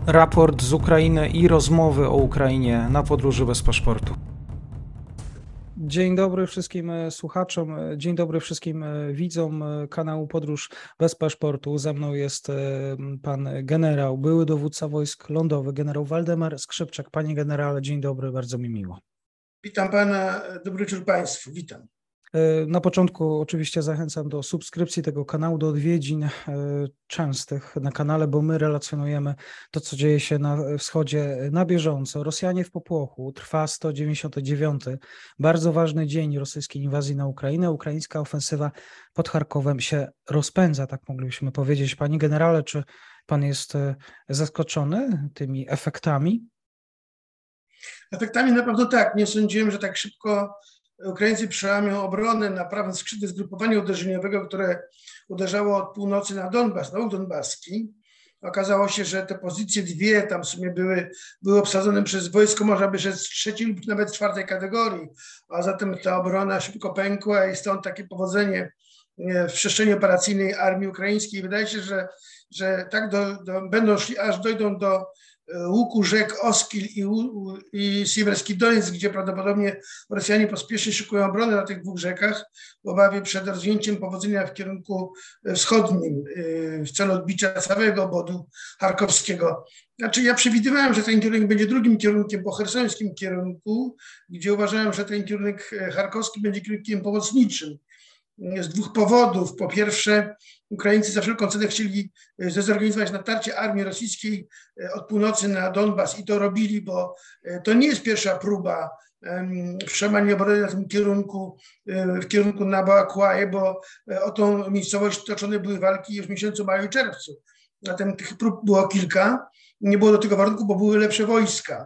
Raport z Ukrainy i rozmowy o Ukrainie na podróży bez paszportu. Dzień dobry wszystkim słuchaczom, dzień dobry wszystkim widzom kanału Podróż bez paszportu. Ze mną jest pan generał, były dowódca wojsk lądowych, generał Waldemar Skrzypczak. Panie generale, dzień dobry, bardzo mi miło. Witam pana, dobry wieczór państwu, witam. Na początku oczywiście zachęcam do subskrypcji tego kanału, do odwiedzin częstych na kanale, bo my relacjonujemy to, co dzieje się na wschodzie na bieżąco. Rosjanie w popłochu, trwa 199. bardzo ważny dzień rosyjskiej inwazji na Ukrainę. Ukraińska ofensywa pod Charkowem się rozpędza, tak moglibyśmy powiedzieć. Panie generale, czy pan jest zaskoczony tymi efektami? Efektami na pewno tak. Nie sądziłem, że tak szybko Ukraińcy przełamią obronę na prawym skrzydle zgrupowania uderzeniowego, które uderzało od północy na Donbas, na łuk donbaski. Okazało się, że te pozycje dwie tam w sumie były obsadzone przez wojsko, można by rzec trzeciej lub nawet czwartej kategorii, a zatem ta obrona szybko pękła i stąd takie powodzenie w przestrzeni operacyjnej armii ukraińskiej. Wydaje się, że tak będą szli, aż dojdą do łuku rzek Oskil i Siewerski Donieck, gdzie prawdopodobnie Rosjanie pospiesznie szykują obronę na tych dwóch rzekach w obawie przed rozwinięciem powodzenia w kierunku wschodnim w celu odbicia całego obwodu charkowskiego. Znaczy ja przewidywałem, że ten kierunek będzie drugim kierunkiem po chersońskim kierunku, gdzie uważałem, że ten kierunek charkowski będzie kierunkiem pomocniczym. Z dwóch powodów. Po pierwsze, Ukraińcy za wszelką cenę chcieli zdezorganizować natarcie armii rosyjskiej od północy na Donbas i to robili, bo to nie jest pierwsza próba przełamania obrony na tym kierunku, w kierunku na Bałakłaje, bo o tą miejscowość toczone były walki już w miesiącu maju i czerwcu. Zatem tych prób było kilka. Nie było do tego warunku, bo były lepsze wojska.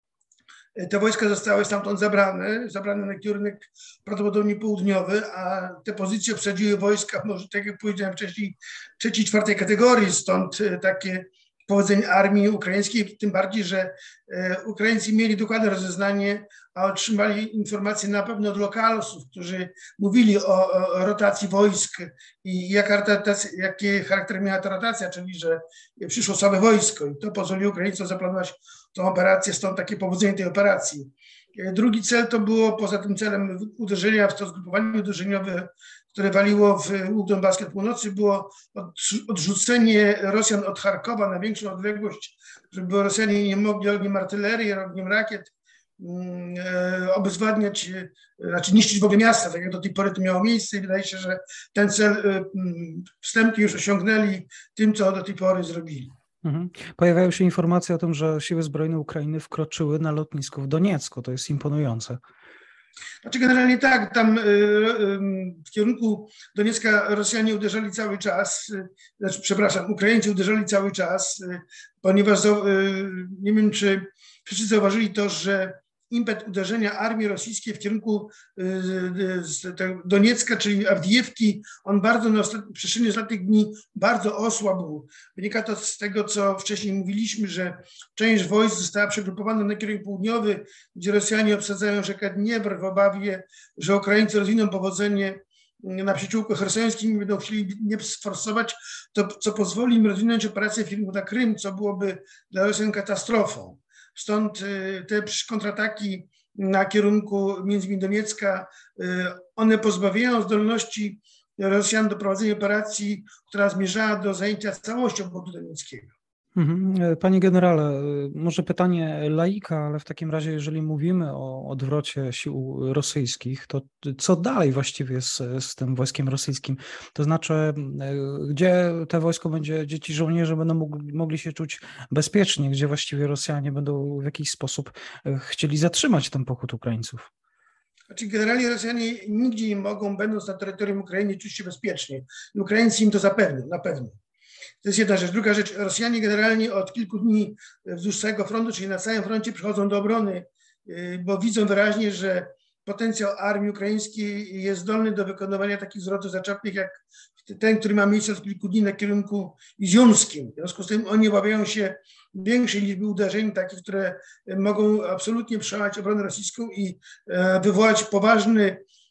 Te wojska zostały stamtąd zabrane na kierunek prawdopodobnie południowy, a te pozycje obsadziły wojska, może tak jak powiedziałem wcześniej, trzeciej, czwartej kategorii, stąd takie powodzenie armii ukraińskiej, tym bardziej, że Ukraińcy mieli dokładne rozeznanie, a otrzymali informacje na pewno od lokalsów, którzy mówili o rotacji wojsk i jaki charakter miała ta rotacja, czyli że przyszło całe wojsko i to pozwoliło Ukraińcom zaplanować tą operację, stąd takie powodzenie tej operacji. Drugi cel to było, poza tym celem uderzenia w to zgrupowanie uderzeniowe, które waliło w łuk donbaski od północy, było odrzucenie Rosjan od Charkowa na większą odległość, żeby Rosjanie nie mogli ogniem artylerii, ogniem rakiet obezwładniać, znaczy niszczyć w ogóle miasta, tak jak do tej pory to miało miejsce i wydaje się, że ten cel wstępnie już osiągnęli tym, co do tej pory zrobili. Pojawiają się informacje o tym, że siły zbrojne Ukrainy wkroczyły na lotnisko w Doniecku. To jest imponujące. Znaczy generalnie tak, tam w kierunku Doniecka Rosjanie uderzali cały czas, Ukraińcy uderzali cały czas, ponieważ nie wiem, czy wszyscy zauważyli to, że impet uderzenia armii rosyjskiej w kierunku Doniecka, czyli Awdijewki, on bardzo w przestrzeni ostatnich dni bardzo osłabł. Wynika to z tego, co wcześniej mówiliśmy, że część wojsk została przegrupowana na kierunek południowy, gdzie Rosjanie obsadzają rzekę Dniepr w obawie, że Ukraińcy rozwiną powodzenie na przyczółku chersońskim i będą chcieli nie sforsować, co pozwoli im rozwinąć operację w kierunku na Krym, co byłoby dla Rosjan katastrofą. Stąd te kontrataki na kierunku między innymi Doniecka, one pozbawiają zdolności Rosjan do prowadzenia operacji, która zmierzała do zajęcia całości obwodu donieckiego. Panie generale, może pytanie laika, ale w takim razie, jeżeli mówimy o odwrocie sił rosyjskich, to co dalej właściwie z tym wojskiem rosyjskim? To znaczy, gdzie te wojsko będzie, gdzie ci żołnierze będą mogli się czuć bezpiecznie, gdzie właściwie Rosjanie będą w jakiś sposób chcieli zatrzymać ten pochód Ukraińców? Znaczy generalnie Rosjanie nigdzie nie mogą, będąc na terytorium Ukrainy, czuć się bezpiecznie. Ukraińcy im to zapewnią, na pewno. To jest jedna rzecz. Druga rzecz, Rosjanie generalnie od kilku dni wzdłuż całego frontu, czyli na całym froncie przychodzą do obrony, bo widzą wyraźnie, że potencjał armii ukraińskiej jest zdolny do wykonywania takich zwrotów zaczepnych, jak ten, który ma miejsce od kilku dni na kierunku iziumskim. W związku z tym oni obawiają się większej liczby uderzeń, takich, które mogą absolutnie przełamać obronę rosyjską i wywołać poważny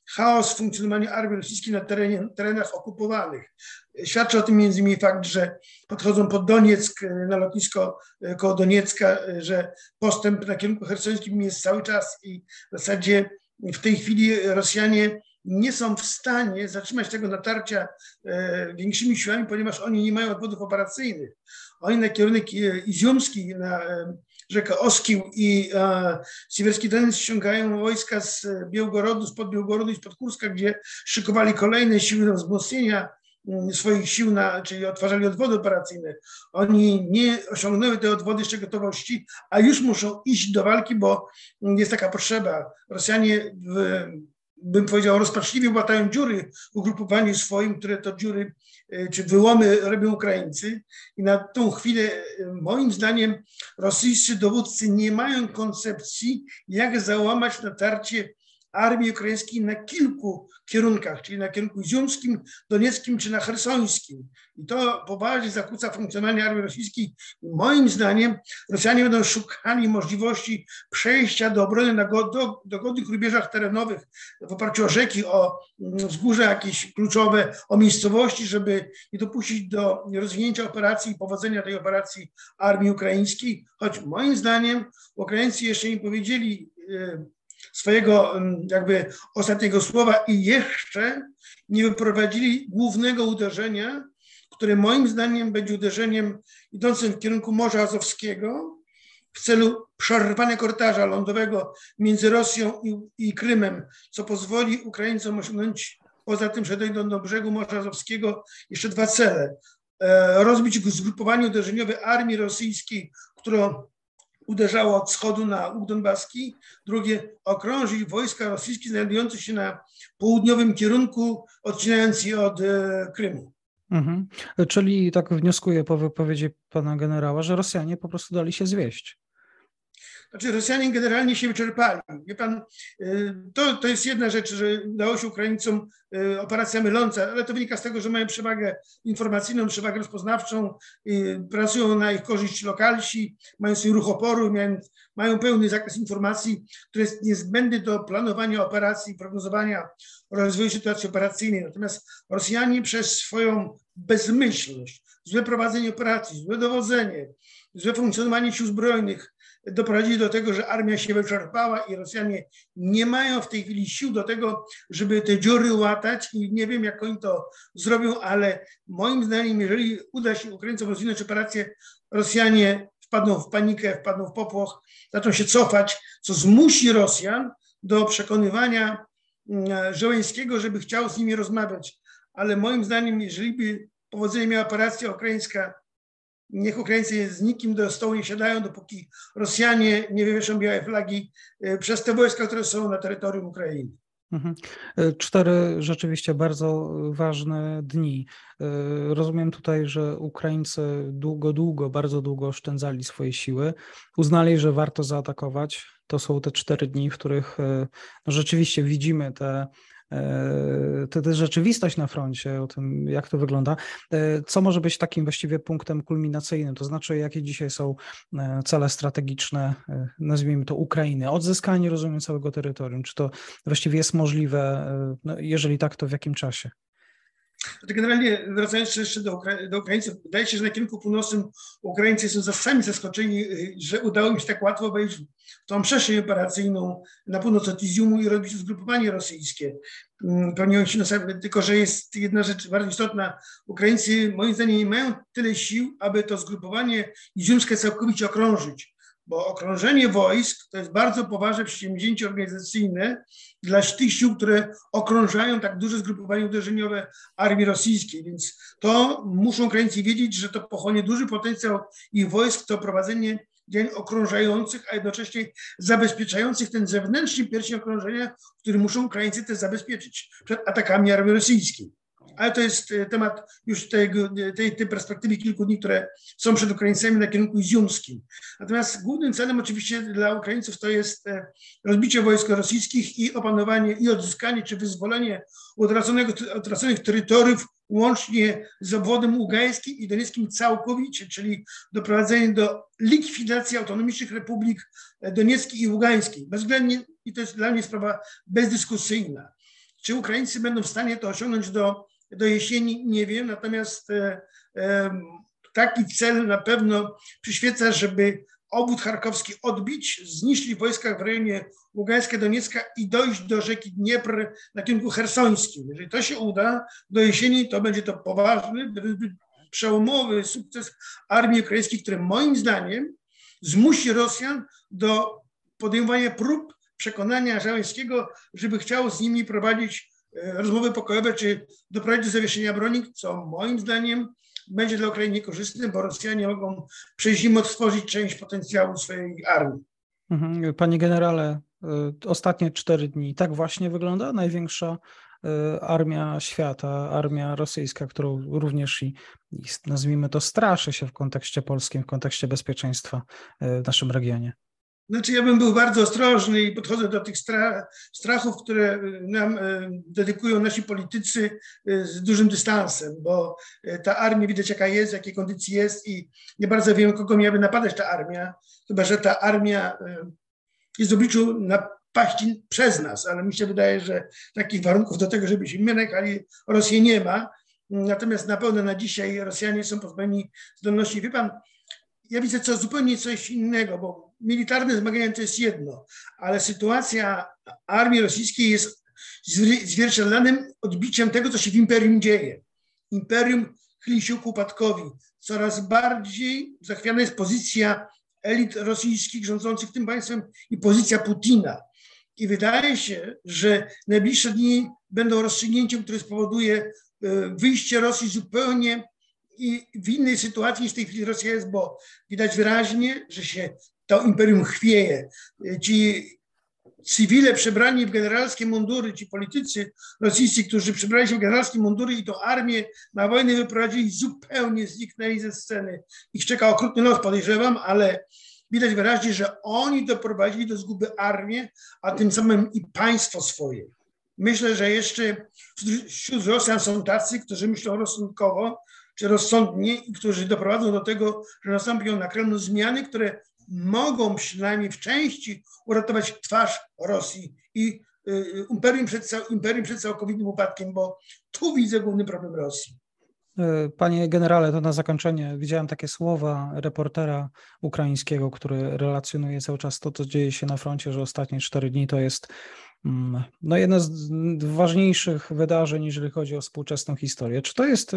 chaos w funkcjonowaniu armii rosyjskiej na terenach okupowanych. Świadczy o tym między innymi fakt, że podchodzą pod Donieck, na lotnisko koło Doniecka, że postęp na kierunku chersońskim jest cały czas i w zasadzie w tej chwili Rosjanie nie są w stanie zatrzymać tego natarcia większymi siłami, ponieważ oni nie mają odwodów operacyjnych. Oni na kierunek iziumski, na rzekę Oskił i Siewierski Donieck ściągają wojska z Białgorodu, spod Białgorodu i spod Kurska, gdzie szykowali kolejne siły do wzmocnienia swoich sił, czyli odtwarzali odwody operacyjne. Oni nie osiągnęły tej odwody jeszcze gotowości, a już muszą iść do walki, bo jest taka potrzeba. Rosjanie, bym powiedział, rozpaczliwie łatają dziury w ugrupowaniu swoim, które to dziury czy wyłomy robią Ukraińcy. I na tą chwilę, moim zdaniem, rosyjscy dowódcy nie mają koncepcji, jak załamać natarcie armii ukraińskiej na kilku kierunkach, czyli na kierunku iziumskim, donieckim czy na chersońskim. I to poważnie zakłóca funkcjonowanie armii rosyjskiej. Moim zdaniem Rosjanie będą szukali możliwości przejścia do obrony na dogodnych rubieżach terenowych w oparciu o rzeki, o wzgórza jakieś kluczowe, o miejscowości, żeby nie dopuścić do rozwinięcia operacji i powodzenia tej operacji armii ukraińskiej. Choć moim zdaniem Ukraińcy jeszcze nie powiedzieli swojego jakby ostatniego słowa i jeszcze nie wyprowadzili głównego uderzenia, które moim zdaniem będzie uderzeniem idącym w kierunku Morza Azowskiego w celu przerwania korytarza lądowego między Rosją i Krymem, co pozwoli Ukraińcom osiągnąć, poza tym, że dojdą do brzegu Morza Azowskiego, jeszcze dwa cele. Rozbić zgrupowanie uderzeniowe armii rosyjskiej, którą uderzało od wschodu na łuk donbaski. Drugie, okrążyć wojska rosyjskie znajdujące się na południowym kierunku, odcinając je od Krymu. Mhm. Czyli tak wnioskuję po wypowiedzi pana generała, że Rosjanie po prostu dali się zwieść. Znaczy Rosjanie generalnie się wyczerpali. Wie pan, to jest jedna rzecz, że udało się Ukraińcom operacja myląca, ale to wynika z tego, że mają przewagę informacyjną, przewagę rozpoznawczą, pracują na ich korzyść lokalsi, mają swój ruch oporu, mają pełny zakres informacji, który jest niezbędny do planowania operacji, prognozowania rozwoju sytuacji operacyjnej. Natomiast Rosjanie przez swoją bezmyślność, złe prowadzenie operacji, złe dowodzenie, złe funkcjonowanie sił zbrojnych doprowadzili do tego, że armia się wyczerpała i Rosjanie nie mają w tej chwili sił do tego, żeby te dziury łatać i nie wiem, jak oni to zrobią, ale moim zdaniem, jeżeli uda się Ukraińcom rozwinąć operację, Rosjanie wpadną w panikę, wpadną w popłoch, zaczną się cofać, co zmusi Rosjan do przekonywania Żeleńskiego, żeby chciał z nimi rozmawiać. Ale moim zdaniem, jeżeli by powodzenie miała operacja ukraińska, niech Ukraińcy z nikim do stołu nie siadają, dopóki Rosjanie nie wywieszą białej flagi przez te wojska, które są na terytorium Ukrainy. 4 rzeczywiście bardzo ważne dni. Rozumiem tutaj, że Ukraińcy bardzo długo oszczędzali swoje siły. Uznali, że warto zaatakować. To są te 4 dni, w których rzeczywiście widzimy tę rzeczywistość na froncie, o tym, jak to wygląda. Co może być takim właściwie punktem kulminacyjnym, to znaczy, jakie dzisiaj są cele strategiczne, nazwijmy to Ukrainy, odzyskanie, rozumiem, całego terytorium, czy to właściwie jest możliwe, no, jeżeli tak, to w jakim czasie? Generalnie wracając jeszcze do Ukraińców, wydaje się, że na kierunku północnym Ukraińcy są sami zaskoczeni, że udało im się tak łatwo wejść w tą przestrzeń operacyjną na północ od Iziumu i robić zgrupowanie rosyjskie. Pełnią się tylko, że jest jedna rzecz bardzo istotna. Ukraińcy moim zdaniem nie mają tyle sił, aby to zgrupowanie iziumskie całkowicie okrążyć. Bo okrążenie wojsk to jest bardzo poważne przedsięwzięcie organizacyjne dla tych sił, które okrążają tak duże zgrupowanie uderzeniowe armii rosyjskiej. Więc to muszą Ukraińcy wiedzieć, że to pochłonie duży potencjał ich wojsk, to prowadzenie działań okrążających, a jednocześnie zabezpieczających ten zewnętrzny pierścień okrążenia, który muszą Ukraińcy też zabezpieczyć przed atakami armii rosyjskiej. Ale to jest temat już tej perspektywy kilku dni, które są przed Ukraińcami na kierunku iziumskim. Natomiast głównym celem oczywiście dla Ukraińców to jest rozbicie wojsk rosyjskich i opanowanie i odzyskanie czy wyzwolenie utraconych terytoriów łącznie z obwodem ługańskim i donieckim całkowicie, czyli doprowadzenie do likwidacji autonomicznych republik donieckiej i ługańskiej. Bezwzględnie, i to jest dla mnie sprawa bezdyskusyjna. Czy Ukraińcy będą w stanie to osiągnąć do jesieni? Nie wiem, natomiast taki cel na pewno przyświeca, żeby obwód charkowski odbić, zniszczyć wojska w rejonie Ługańska, Doniecka i dojść do rzeki Dniepr na kierunku chersońskim. Jeżeli to się uda do jesieni, to będzie to poważny, przełomowy sukces armii ukraińskiej, który moim zdaniem zmusi Rosjan do podejmowania prób przekonania Żeleńskiego, żeby chciał z nimi prowadzić rozmowy pokojowe, czy doprowadzić do zawieszenia broni, co moim zdaniem będzie dla Ukrainy niekorzystne, bo Rosjanie mogą przez zimę odtworzyć część potencjału swojej armii. Panie generale, ostatnie 4 dni, tak właśnie wygląda największa armia świata, armia rosyjska, którą również i nazwijmy to straszy się w kontekście polskim, w kontekście bezpieczeństwa w naszym regionie. Znaczy ja bym był bardzo ostrożny i podchodzę do tych strachów, które nam dedykują nasi politycy z dużym dystansem, bo ta armia widać jaka jest, w jakiej kondycji jest i nie bardzo wiem, kogo miałaby napadać ta armia, chyba że ta armia jest w obliczu napaści przez nas, ale mi się wydaje, że takich warunków do tego, żebyśmy my najechali Rosję nie ma, natomiast na pewno na dzisiaj Rosjanie są pozbawieni zdolności. Wie pan, ja widzę zupełnie coś innego, bo militarne zmagania to jest jedno, ale sytuacja armii rosyjskiej jest zwierciadlanym odbiciem tego, co się w imperium dzieje. Imperium chyli się ku upadkowi. Coraz bardziej zachwiana jest pozycja elit rosyjskich rządzących tym państwem i pozycja Putina. I wydaje się, że najbliższe dni będą rozstrzygnięciem, które spowoduje wyjście Rosji zupełnie i w innej sytuacji niż w tej chwili Rosja jest, bo widać wyraźnie, że się to imperium chwieje. Ci cywile przebrani w generalskie mundury, ci politycy rosyjscy, którzy przebrali się w generalskie mundury i tą armię na wojnę wyprowadzili, zupełnie zniknęli ze sceny. Ich czeka okrutny los, podejrzewam, ale widać wyraźnie, że oni doprowadzili do zguby armię, a tym samym i państwo swoje. Myślę, że jeszcze wśród Rosjan są tacy, którzy myślą rozsądkowo, czy rozsądnie i którzy doprowadzą do tego, że nastąpią na Kremlu zmiany, które mogą przynajmniej w części uratować twarz Rosji i imperium przed całkowitym upadkiem, bo tu widzę główny problem Rosji. Panie generale, to na zakończenie widziałem takie słowa reportera ukraińskiego, który relacjonuje cały czas to, co dzieje się na froncie, że ostatnie 4 dni to jest jedno z ważniejszych wydarzeń, jeżeli chodzi o współczesną historię. Czy to jest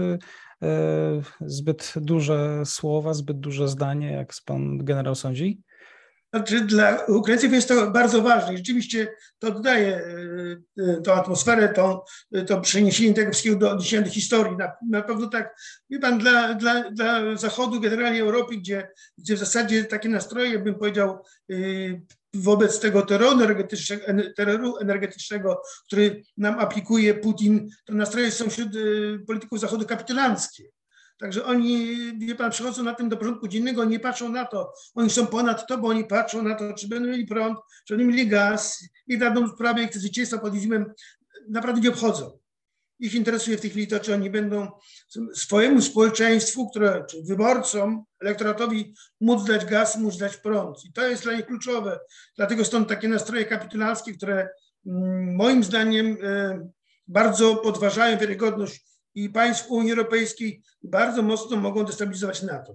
zbyt duże słowa, zbyt duże zdanie, jak pan generał sądzi? Znaczy, dla Ukraińców jest to bardzo ważne. I rzeczywiście to dodaje tą atmosferę, to przeniesienie tego wszystkiego do odniesienia do historii. Na pewno tak, wie pan, dla Zachodu, generalnie Europy, gdzie w zasadzie takie nastroje, bym powiedział, wobec tego terroru energetycznego, który nam aplikuje Putin, to nastroje są wśród polityków Zachodu kapitulanckie. Także oni, wie pan, przychodzą na tym do porządku dziennego, nie patrzą na to. Oni są ponad to, bo oni patrzą na to, czy będą mieli prąd, czy będą mieli gaz, ich dadzą sprawę, ich zwycięstwa pod zimem naprawdę nie obchodzą. Ich interesuje w tej chwili to, czy oni będą swojemu społeczeństwu, czy wyborcom, elektoratowi móc dać gaz, móc dać prąd. I to jest dla nich kluczowe. Dlatego stąd takie nastroje kapitulanckie, które moim zdaniem bardzo podważają wiarygodność i państw Unii Europejskiej, bardzo mocno mogą destabilizować NATO.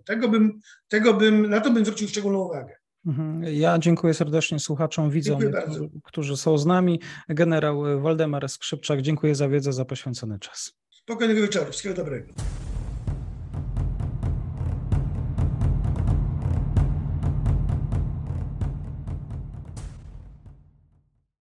Na to bym zwrócił szczególną uwagę. Ja dziękuję serdecznie słuchaczom, widzom, którzy są z nami. Generał Waldemar Skrzypczak, dziękuję za wiedzę, za poświęcony czas. Spokojnego wieczoru, wszystkiego dobrego.